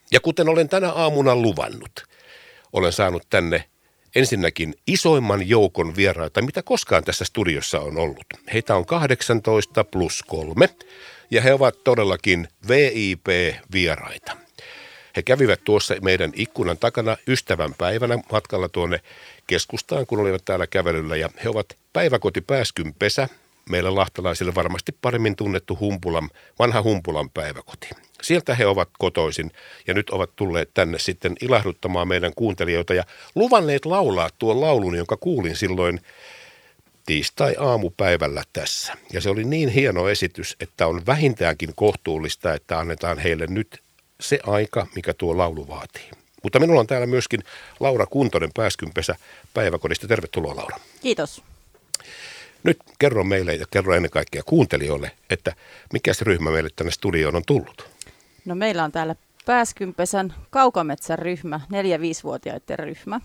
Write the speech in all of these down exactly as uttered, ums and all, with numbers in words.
Ja kuten olen tänä aamuna luvannut, olen saanut tänne ensinnäkin isoimman joukon vieraita, mitä koskaan tässä studiossa on ollut. Heitä on kahdeksantoista plus kolme ja he ovat todellakin V I P-vieraita. He kävivät tuossa meidän ikkunan takana ystävän päivänä matkalla tuonne keskustaan, kun olivat täällä kävelyllä. Ja he ovat päiväkoti Pääskynpesä, meillä lahtelaisille varmasti paremmin tunnettu Humpulan, vanha Humpulan päiväkoti. Sieltä he ovat kotoisin ja nyt ovat tulleet tänne sitten ilahduttamaan meidän kuuntelijoita ja luvanneet laulaa tuon laulun, jonka kuulin silloin tiistai-aamupäivällä tässä. Ja se oli niin hieno esitys, että on vähintäänkin kohtuullista, että annetaan heille nyt se aika, mikä tuo laulu vaatii. Mutta minulla on täällä myöskin Laura Kuntonen Pääskynpesä päiväkodista. Tervetuloa, Laura. Kiitos. Nyt kerro meille ja kerro ennen kaikkea kuuntelijoille, että mikä se ryhmä meille tänne studioon on tullut. No meillä on täällä Pääskynpesän Kaukametsän ryhmä, neljä-viisivuotiaiden ryhmä.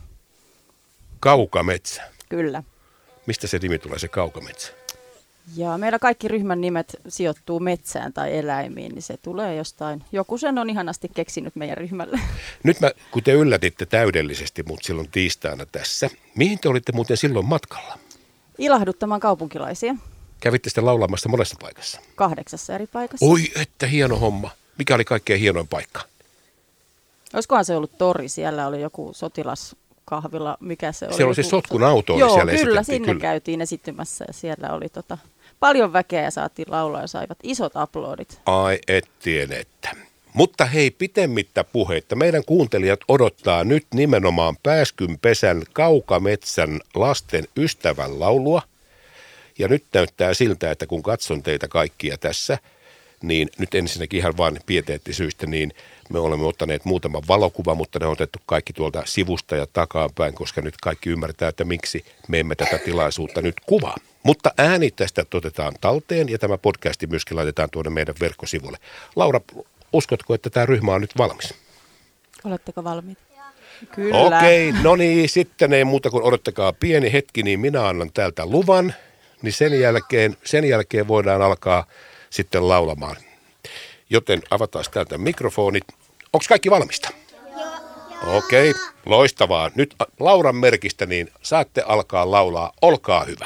Kaukametsä? Kyllä. Mistä se nimi tulee, se Kaukametsä? Ja meillä kaikki ryhmän nimet sijoittuu metsään tai eläimiin, niin se tulee jostain. Joku sen on ihanasti keksinyt meidän ryhmälle. Nyt mä, kun te yllätitte täydellisesti mut silloin tiistaina tässä, mihin te olitte muuten silloin matkalla? Ilahduttamaan kaupunkilaisia. Kävitte sitten laulamassa monessa paikassa? Kahdeksassa eri paikassa. Oi, että hieno homma. Mikä oli kaikkein hienoin paikka? Olisikohan se ollut tori? Siellä oli joku sotilaskahvila. Mikä se oli? Siellä oli se sotkun auto. Joo, siellä kyllä. Sinne kyllä. Käytiin esiintymässä ja siellä oli tota, paljon väkeä ja saatiin laulaa ja saivat isot aplodit. Ai et tienettä. Mutta hei, pitemmittä puheitta. Meidän kuuntelijat odottaa nyt nimenomaan Pääskynpesän Kaukametsän lasten ystävän laulua. Ja nyt näyttää siltä, että kun katson teitä kaikkia tässä, niin nyt ensinnäkin ihan vain pieteettisyistä, niin me olemme ottaneet muutaman valokuvan, mutta ne on otettu kaikki tuolta sivusta ja takapäin, koska nyt kaikki ymmärtää, että miksi me emme tätä tilaisuutta nyt kuvaa. Mutta ääni tästä otetaan talteen ja tämä podcasti myöskin laitetaan tuonne meidän verkkosivuille. Laura, uskotko, että tämä ryhmä on nyt valmis? Oletteko valmiit? Kyllä. Okei, no niin, sitten ei muuta kuin odottakaa pieni hetki, niin minä annan täältä luvan, niin sen jälkeen, sen jälkeen voidaan alkaa sitten laulamaan. Joten avataan täältä mikrofonit. Onko kaikki valmista? Joo. Okei, loistavaa. Nyt Lauran merkistä, niin saatte alkaa laulaa. Olkaa hyvä.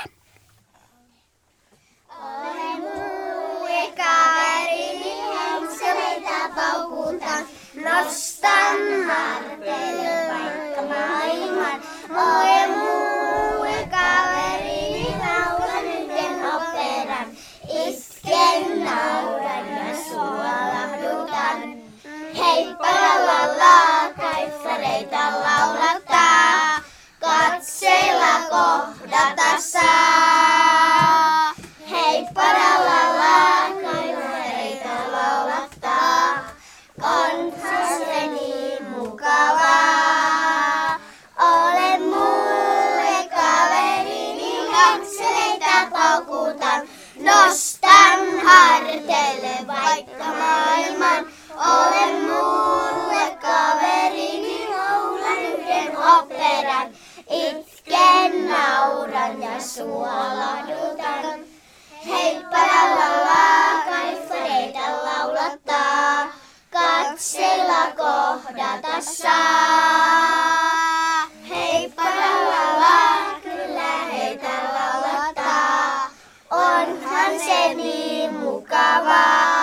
Olen muu kaverini, henkselitä paukutan, nostan harteille vaikka maailman. Olen muu kaverini, laulan yhden operan, isken nauran ja suolahdutan. Heippa lalala, kaifareita laulattaa, katseilla kohdata saa. Heippa lalala, kaifareita laulattaa, onhan se niin mukavaa. Olen mulle kaverini, henkselitä paukutan, nostan harteille vaikka maailman. Olen mulle kaverini, laulan yhden operan, itken, nauran ja suolahdutan. Heippa lalala, kaifareita laulattaa, katseilla kohdata saa. Heippa lalala, kyllä heitä laulattaa, onhan se niin mukavaa.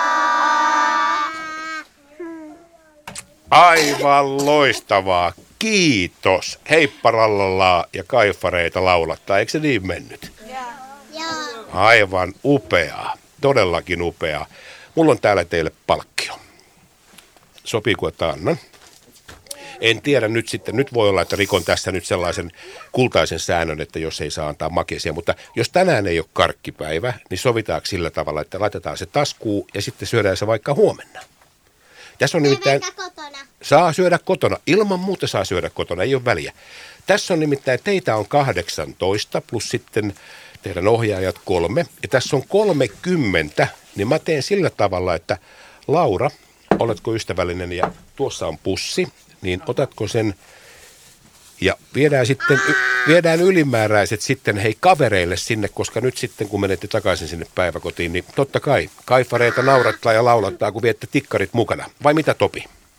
Aivan loistavaa. Kiitos. Heippa rallallaa ja kaifareita laulattaa. Eikö se niin mennyt? Joo. Aivan upeaa. Todellakin upeaa. Mulla on täällä teille palkkio. Sopiiko, että annan? En tiedä nyt sitten. Nyt voi olla, että rikon tässä nyt sellaisen kultaisen säännön, että jos ei saa antaa makeisia. Mutta jos tänään ei ole karkkipäivä, niin sovitaanko sillä tavalla, että laitetaan se taskuun ja sitten syödään se vaikka huomenna. Tässä on nimittäin, kotona. saa syödä kotona, ilman muuta saa syödä kotona, ei ole väliä. Tässä on nimittäin, teitä on kahdeksantoista plus sitten teidän ohjaajat kolme. Ja tässä on kolmekymmentä, niin mä teen sillä tavalla, että Laura, oletko ystävällinen ja tuossa on pussi, niin otatko sen ja viedään sitten, viedään ylimääräiset sitten hei kavereille sinne, koska nyt sitten kun menette takaisin sinne päiväkotiin, niin totta kai kaifareita naurattaa ja laulattaa, kun viette tikkarit mukana. Vai mitä, Topi?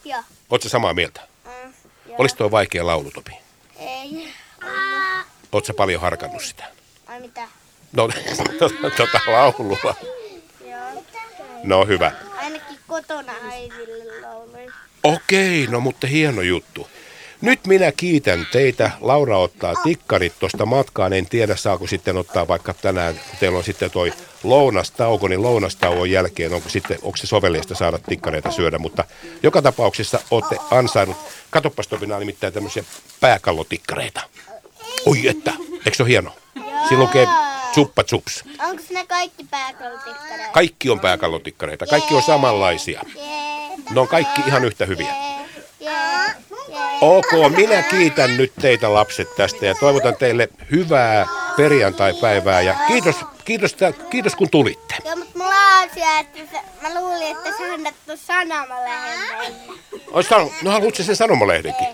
Joo. Ootko samaa mieltä? Mm, Olis toi vaikea laulu, Topi? Ei. Ootko paljon harkannut sitä? Ai mitä? No, tota laulua. Joo. No hyvä. Ainakin kotona äidille lauloin. Okei, no mutta hieno juttu. Nyt minä kiitän teitä. Laura ottaa tikkarit tuosta matkaan. En tiedä, saako sitten ottaa vaikka tänään, kun teillä on sitten toi lounastauko, niin lounastauon jälkeen onko, sitten, onko se sovellista saada tikkareita syödä. Mutta joka tapauksessa olette ansainnut. Katoppas, Topina, nimittäin tämmöisiä pääkallotikkareita. Oi että, eikö se ole hieno? Siinä lukee tsuppa tsups. Onko ne kaikki pääkallotikkareita? Kaikki on pääkallotikkareita. Kaikki on samanlaisia. Jee. Ne on kaikki ihan yhtä hyviä. Jee. Jee. Ok, minä kiitän nyt teitä lapset tästä ja toivotan teille hyvää perjantai-päivää ja kiitos, kiitos, kiitos kun tulitte. Joo, mutta mulla on asia, että se, mä luulin, että sä annat tuon sanomalehden. Ois sano, no haluatko sen sanomalehdenkin?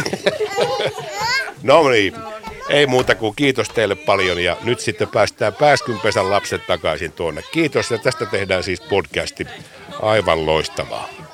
No niin, ei muuta kuin kiitos teille paljon ja nyt sitten päästään Pääskynpesän lapset takaisin tuonne. Kiitos ja tästä tehdään siis podcasti aivan loistavaa.